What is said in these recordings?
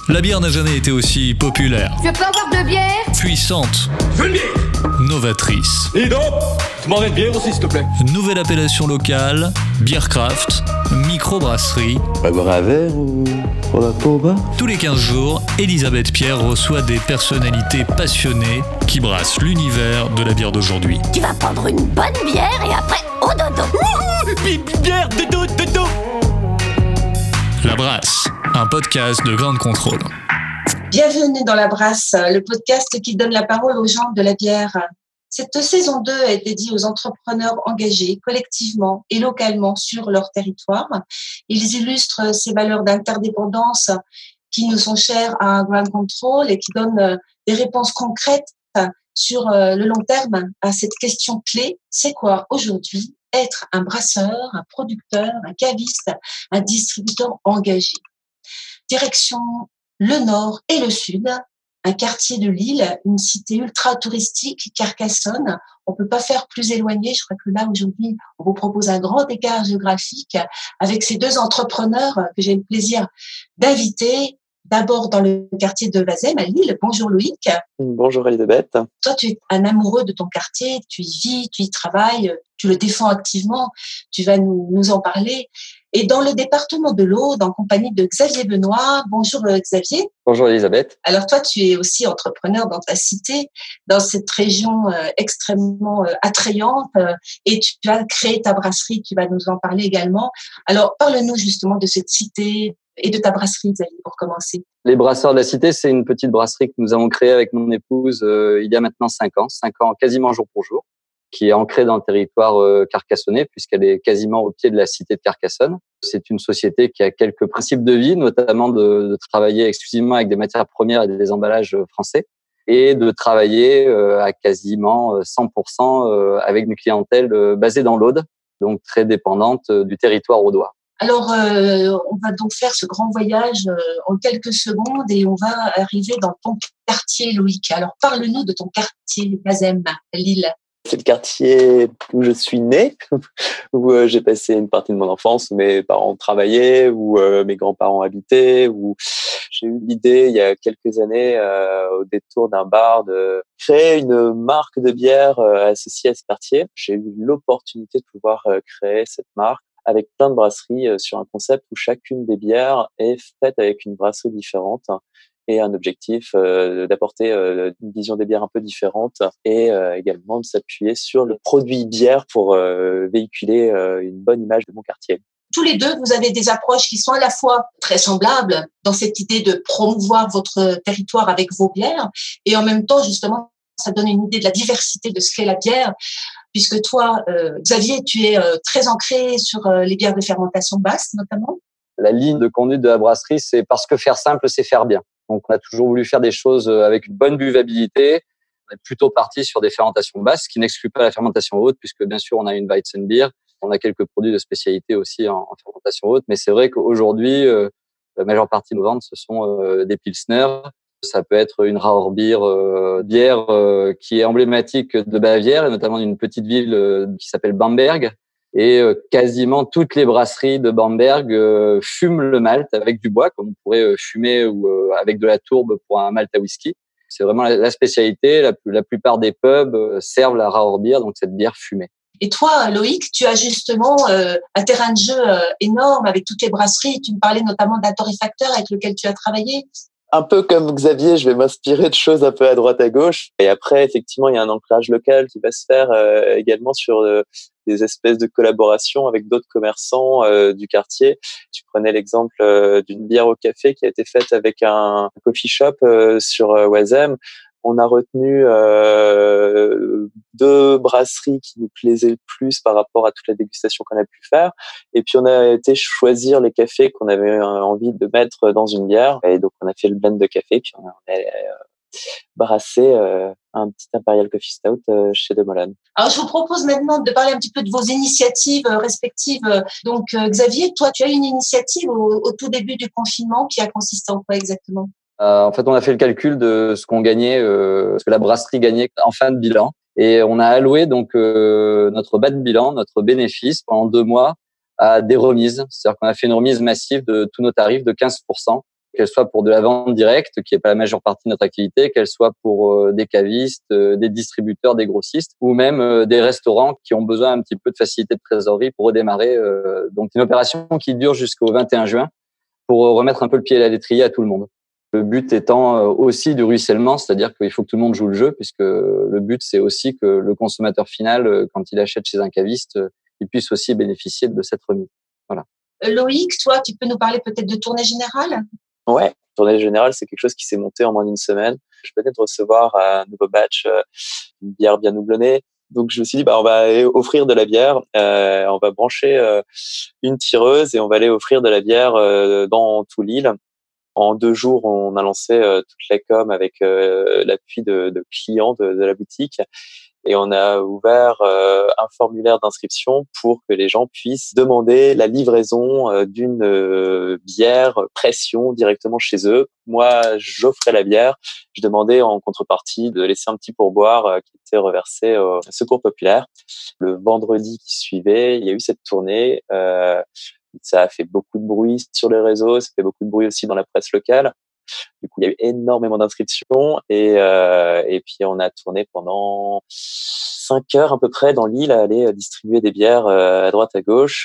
La bière n'a jamais été aussi populaire, Je peux avoir de bière ? puissante, Je veux une bière. novatrice. Et donc, tu m'en mets une bière aussi, s'il te plaît. Nouvelle appellation locale, Beercraft, microbrasserie. Pas boire un verre ou pour la peau bas? Tous les 15 jours, Elisabeth Pierre reçoit des personnalités passionnées qui brassent l'univers de la bière d'aujourd'hui. Tu vas prendre une bonne bière et après au dodo. Bière, dodo. La Brasse, un podcast de Grande Contrôle. Bienvenue dans La Brasse, le podcast qui donne la parole aux gens de la bière. Cette saison 2 est dédiée aux entrepreneurs engagés collectivement et localement sur leur territoire. Ils illustrent ces valeurs d'interdépendance qui nous sont chères à Grande Contrôle et qui donnent des réponses concrètes sur le long terme à cette question clé. C'est quoi aujourd'hui être un brasseur, un producteur, un caviste, un distributeur engagé? Direction le nord et le sud, un quartier de Lille, une cité ultra touristique, Carcassonne. On peut pas faire plus éloigné. Je crois que là, aujourd'hui, on vous propose un grand écart géographique avec ces deux entrepreneurs que j'ai le plaisir d'inviter. D'abord dans le quartier de Vazem à Lille. Bonjour Loïc. Bonjour Elisabeth. Toi, tu es un amoureux de ton quartier, tu y vis, tu y travailles, tu le défends activement, tu vas nous en parler. Et dans le département de l'Aude, en compagnie de Xavier Benoît. Bonjour Xavier. Bonjour Elisabeth. Alors toi, tu es aussi entrepreneur dans ta cité, dans cette région extrêmement attrayante, et tu vas créer ta brasserie, tu vas nous en parler également. Alors parle-nous justement de cette cité et de ta brasserie, Xavier, pour commencer. Les Brasseurs de la Cité, c'est une petite brasserie que nous avons créée avec mon épouse il y a maintenant 5 ans quasiment jour pour jour, qui est ancrée dans le territoire carcassonnais puisqu'elle est quasiment au pied de la cité de Carcassonne. C'est une société qui a quelques principes de vie, notamment de travailler exclusivement avec des matières premières et des emballages français et de travailler à quasiment 100% avec une clientèle basée dans l'Aude, donc très dépendante du territoire audois. Alors, on va donc faire ce grand voyage en quelques secondes et on va arriver dans ton quartier, Loïc. Alors, parle-nous de ton quartier, Vazem, Lille. C'est le quartier où je suis né, où j'ai passé une partie de mon enfance, où mes parents travaillaient, où mes grands-parents habitaient, où j'ai eu l'idée il y a quelques années, au détour d'un bar, de créer une marque de bière associée à ce quartier. J'ai eu l'opportunité de pouvoir créer cette marque avec plein de brasseries sur un concept où chacune des bières est faite avec une brasserie différente et un objectif d'apporter une vision des bières un peu différente et également de s'appuyer sur le produit bière pour véhiculer une bonne image de mon quartier. Tous les deux, vous avez des approches qui sont à la fois très semblables dans cette idée de promouvoir votre territoire avec vos bières et en même temps, justement, ça donne une idée de la diversité de ce qu'est la bière. Puisque toi, Xavier, tu es très ancré sur les bières de fermentation basse, notamment. La ligne de conduite de la brasserie, c'est parce que faire simple, c'est faire bien. Donc, on a toujours voulu faire des choses avec une bonne buvabilité. On est plutôt parti sur des fermentations basses, ce qui n'exclut pas la fermentation haute, puisque bien sûr, on a une Weizenbier. On a quelques produits de spécialité aussi en fermentation haute. Mais c'est vrai qu'aujourd'hui, la majeure partie de nos ventes, ce sont des Pilsner. Ça peut être une Rauerbier, bière qui est emblématique de Bavière et notamment d'une petite ville qui s'appelle Bamberg. Et quasiment toutes les brasseries de Bamberg fument le malt avec du bois, comme on pourrait fumer ou avec de la tourbe pour un malt à whisky. C'est vraiment la spécialité. La plupart des pubs servent la Rauerbier, donc cette bière fumée. Et toi, Loïc, tu as justement un terrain de jeu énorme avec toutes les brasseries. Tu me parlais notamment d'un torréfacteur avec lequel tu as travaillé. Un peu comme Xavier, je vais m'inspirer de choses un peu à droite à gauche. Et après, effectivement, il y a un ancrage local qui va se faire également sur des espèces de collaborations avec d'autres commerçants du quartier. Tu prenais l'exemple d'une bière au café qui a été faite avec un coffee shop sur Oisem. On a retenu 2 brasseries qui nous plaisaient le plus par rapport à toute la dégustation qu'on a pu faire. Et puis, on a été choisir les cafés qu'on avait envie de mettre dans une bière. Et donc, on a fait le blend de café. Puis, on a brassé un petit Imperial Coffee Stout chez De Molen. Alors, je vous propose maintenant de parler un petit peu de vos initiatives respectives. Donc, Xavier, toi, tu as une initiative au tout début du confinement qui a consisté en quoi exactement ? En fait, on a fait le calcul de ce qu'on gagnait, ce que la brasserie gagnait en fin de bilan. Et on a alloué donc notre bas de bilan, notre bénéfice pendant 2 mois à des remises. C'est-à-dire qu'on a fait une remise massive de tous nos tarifs de 15%. qu'elle soit pour de la vente directe, qui est pas la majeure partie de notre activité, qu'elle soit pour des cavistes, des distributeurs, des grossistes, ou même des restaurants qui ont besoin un petit peu de facilité de trésorerie pour redémarrer. Donc, une opération qui dure jusqu'au 21 juin pour remettre un peu le pied à l'étrier à tout le monde. Le but étant aussi du ruissellement, c'est-à-dire qu'il faut que tout le monde joue le jeu, puisque le but, c'est aussi que le consommateur final, quand il achète chez un caviste, il puisse aussi bénéficier de cette remise. Voilà. Loïc, toi, tu peux nous parler peut-être de Tournée Générale? Ouais, Tournée Générale, c'est quelque chose qui s'est monté en moins d'une semaine. Je venais de recevoir un nouveau batch, une bière bien houblonnée. Donc, je me suis dit, on va aller offrir de la bière. On va brancher une tireuse et on va aller offrir de la bière dans tout l'île. En 2 jours, on a lancé toute la com avec l'appui de clients de la boutique. Et on a ouvert un formulaire d'inscription pour que les gens puissent demander la livraison d'une bière pression directement chez eux. Moi, j'offrais la bière. Je demandais en contrepartie de laisser un petit pourboire qui était reversé au Secours Populaire. Le vendredi qui suivait, il y a eu cette tournée. Ça a fait beaucoup de bruit sur les réseaux, ça fait beaucoup de bruit aussi dans la presse locale. Du coup, il y a eu énormément d'inscriptions et puis on a tourné pendant 5 heures à peu près dans l'île à aller distribuer des bières à droite à gauche,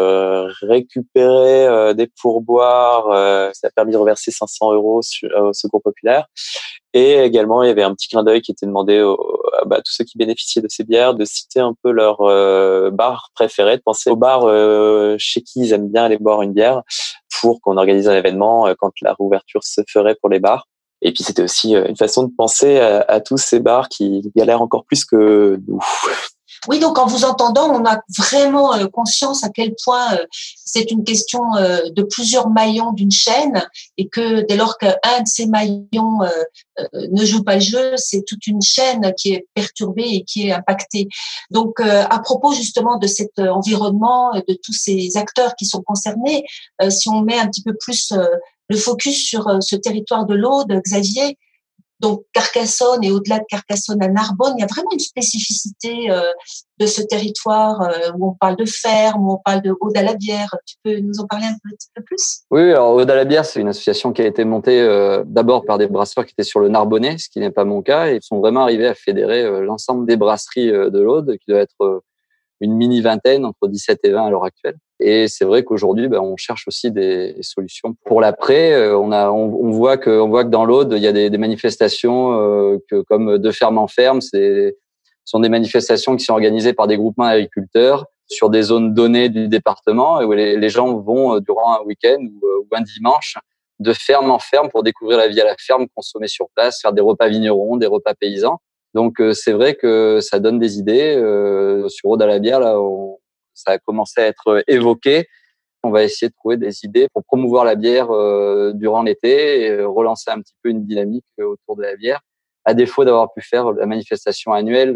récupérer des pourboires. Ça a permis de reverser 500 € au Secours Populaire. Et également, il y avait un petit clin d'œil qui était demandé à tous ceux qui bénéficiaient de ces bières de citer un peu leur bar préféré, de penser au bar chez qui ils aiment bien aller boire une bière pour qu'on organise un événement quand la réouverture se ferait pour les bars. Et puis, c'était aussi une façon de penser à tous ces bars qui galèrent encore plus que nous. Oui, donc en vous entendant, on a vraiment conscience à quel point c'est une question de plusieurs maillons d'une chaîne et que dès lors qu'un de ces maillons ne joue pas le jeu, c'est toute une chaîne qui est perturbée et qui est impactée. Donc, à propos justement de cet environnement, de tous ces acteurs qui sont concernés, si on met un petit peu plus le focus sur ce territoire de l'Aude, Xavier, donc Carcassonne et au-delà de Carcassonne à Narbonne, il y a vraiment une spécificité de ce territoire où on parle de ferme, où on parle de Aude à la bière. Tu peux nous en parler un petit peu plus? Oui, alors Aude à la bière, c'est une association qui a été montée d'abord par des brasseurs qui étaient sur le Narbonnais, ce qui n'est pas mon cas, et ils sont vraiment arrivés à fédérer l'ensemble des brasseries de l'Aude, qui doit être une mini vingtaine, entre 17 et 20 à l'heure actuelle. Et c'est vrai qu'aujourd'hui, on cherche aussi des solutions pour l'après. On voit que dans l'Aude, il y a des manifestations comme de ferme en ferme. Ce sont des manifestations qui sont organisées par des groupements d'agriculteurs sur des zones données du département où les gens vont durant un week-end ou un dimanche de ferme en ferme pour découvrir la vie à la ferme, consommer sur place, faire des repas vignerons, des repas paysans. Donc c'est vrai que ça donne des idées. Sur Aude à la bière, là, ça a commencé à être évoqué. On va essayer de trouver des idées pour promouvoir la bière durant l'été et relancer un petit peu une dynamique autour de la bière, à défaut d'avoir pu faire la manifestation annuelle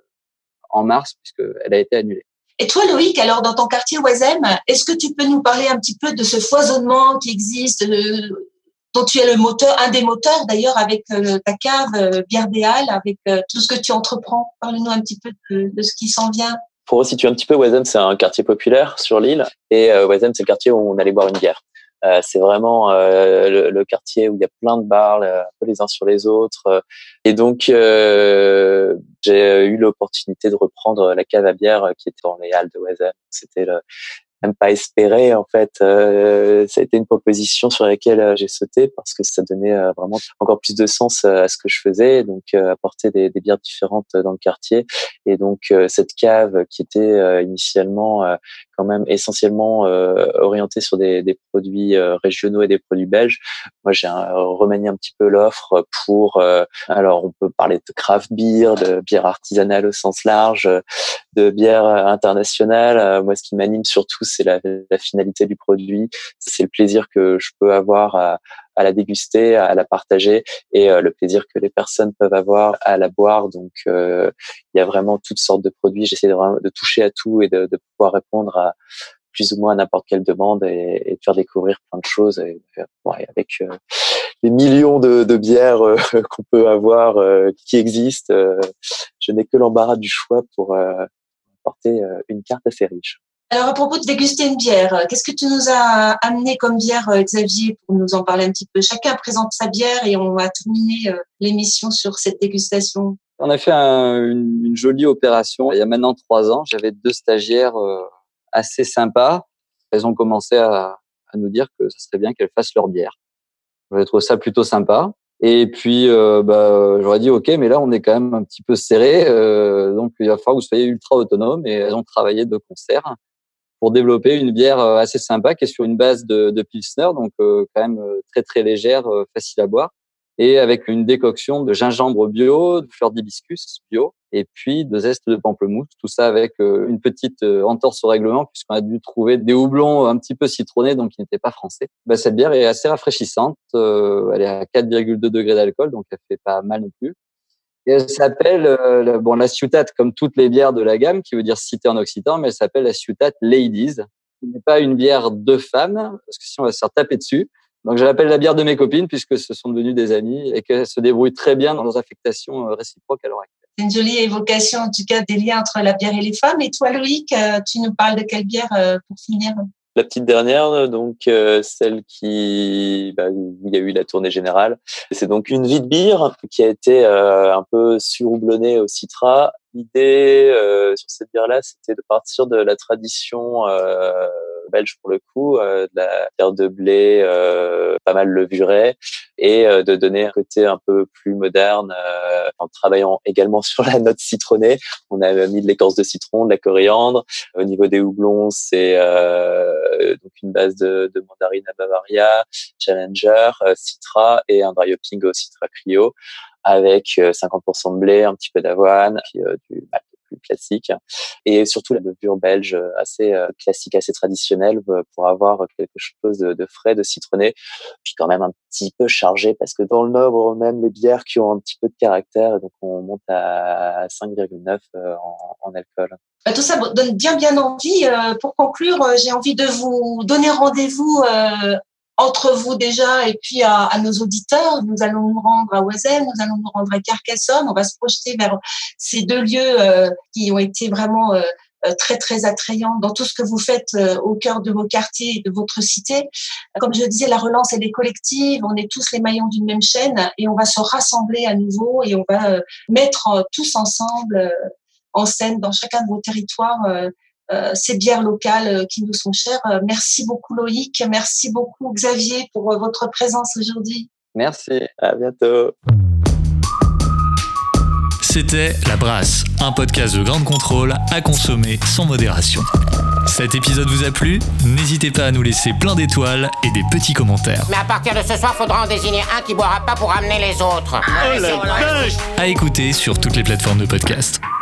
en mars, puisqu'elle a été annulée. Et toi, Loïc, alors dans ton quartier Oisem, est-ce que tu peux nous parler un petit peu de ce foisonnement qui existe, dont tu es le moteur, un des moteurs d'ailleurs avec ta cave Bière des Halles, avec tout ce que tu entreprends? Parle-nous un petit peu de ce qui s'en vient. Pour resituer un petit peu, Oisem, c'est un quartier populaire sur l'île et Oisem, c'est le quartier où on allait boire une bière. C'est vraiment le quartier où il y a plein de bars, un peu les uns sur les autres. Et donc, j'ai eu l'opportunité de reprendre la cave à bière qui était dans les Halles de Oisem. C'était même pas espéré en fait. Ça a été une proposition sur laquelle j'ai sauté parce que ça donnait vraiment encore plus de sens à ce que je faisais, donc apporter des bières différentes dans le quartier. Et donc cette cave qui était initialement quand même essentiellement orientée sur des produits régionaux et des produits belges, moi j'ai remanié un petit peu l'offre pour alors on peut parler de craft beer, de bière artisanale au sens large, de bière internationale. Moi ce qui m'anime surtout c'est la finalité du produit, c'est le plaisir que je peux avoir à la déguster, à la partager et le plaisir que les personnes peuvent avoir à la boire. Donc il y a vraiment toutes sortes de produits. J'essaie de toucher à tout et de pouvoir répondre à plus ou moins à n'importe quelle demande et de faire découvrir plein de choses. Et, avec les millions de bières qu'on peut avoir, qui existent, je n'ai que l'embarras du choix pour apporter une carte assez riche. Alors, à propos de déguster une bière, qu'est-ce que tu nous as amené comme bière, Xavier, pour nous en parler un petit peu? Chacun présente sa bière et on va terminer l'émission sur cette dégustation. On a fait une jolie opération. Il y a maintenant 3 ans, j'avais 2 stagiaires assez sympas. Elles ont commencé à nous dire que ça serait bien qu'elles fassent leur bière. J'avais trouvé ça plutôt sympa. Et puis, j'aurais dit, OK, mais là, on est quand même un petit peu serré. Donc, il va falloir que vous soyez ultra autonome. Et elles ont travaillé de concert pour développer une bière assez sympa qui est sur une base de Pilsner, donc quand même très, très légère, facile à boire. Et avec une décoction de gingembre bio, de fleurs d'hibiscus bio, et puis de zeste de pamplemousse. Tout ça avec une petite entorse au règlement, puisqu'on a dû trouver des houblons un petit peu citronnés, donc qui n'étaient pas français. Cette bière est assez rafraîchissante. Elle est à 4,2 degrés d'alcool, donc elle fait pas mal non plus. Et elle s'appelle, la Ciutat, comme toutes les bières de la gamme, qui veut dire cité en occitan, mais elle s'appelle la Ciutat Ladies. Ce n'est pas une bière de femmes, parce que sinon on va se faire taper dessus. Donc, je l'appelle la bière de mes copines puisque ce sont devenues des amies et qu'elles se débrouillent très bien dans leurs affectations réciproques à l'heure actuelle. C'est une jolie évocation, en tout cas, des liens entre la bière et les femmes. Et toi, Loïc, tu nous parles de quelle bière pour finir? La petite dernière, donc celle où il y a eu la tournée générale. C'est donc une Witbier qui a été un peu surhoublonnée au Citra. L'idée sur cette bière-là, c'était de partir de la tradition belge pour le coup, de la bière de blé pas mal levurée, et de donner un côté un peu plus moderne en travaillant également sur la note citronnée. On a mis de l'écorce de citron, de la coriandre. Au niveau des houblons, c'est donc une base de mandarine à Bavaria, Challenger, Citra et un dry hopping au Citra Cryo avec 50% de blé, un petit peu d'avoine, puis du malt plus classique, et surtout la levure belge assez classique, assez traditionnelle pour avoir quelque chose de frais, de citronné, puis quand même un petit peu chargé parce que dans le Nord on aime les bières qui ont un petit peu de caractère, et donc on monte à 5,9 en alcool. Tout ça donne bien envie. Pour conclure, j'ai envie de vous donner rendez-vous entre vous déjà et puis à nos auditeurs. Nous allons nous rendre à Oisem, nous allons nous rendre à Carcassonne. On va se projeter vers ces 2 lieux qui ont été vraiment très, très attrayants dans tout ce que vous faites au cœur de vos quartiers et de votre cité. Comme je le disais, la relance, elle est collective. On est tous les maillons d'une même chaîne et on va se rassembler à nouveau et on va mettre tous ensemble en scène dans chacun de vos territoires ces bières locales qui nous sont chères. Merci beaucoup Loïc, merci beaucoup Xavier pour votre présence aujourd'hui. Merci, à bientôt. C'était La Brasse, un podcast de Grande Contrôle à consommer sans modération. Cet épisode vous a plu? N'hésitez pas à nous laisser plein d'étoiles et des petits commentaires. Mais à partir de ce soir, faudra en désigner un qui boira pas pour amener les autres. Oh la vache! À écouter sur toutes les plateformes de podcast.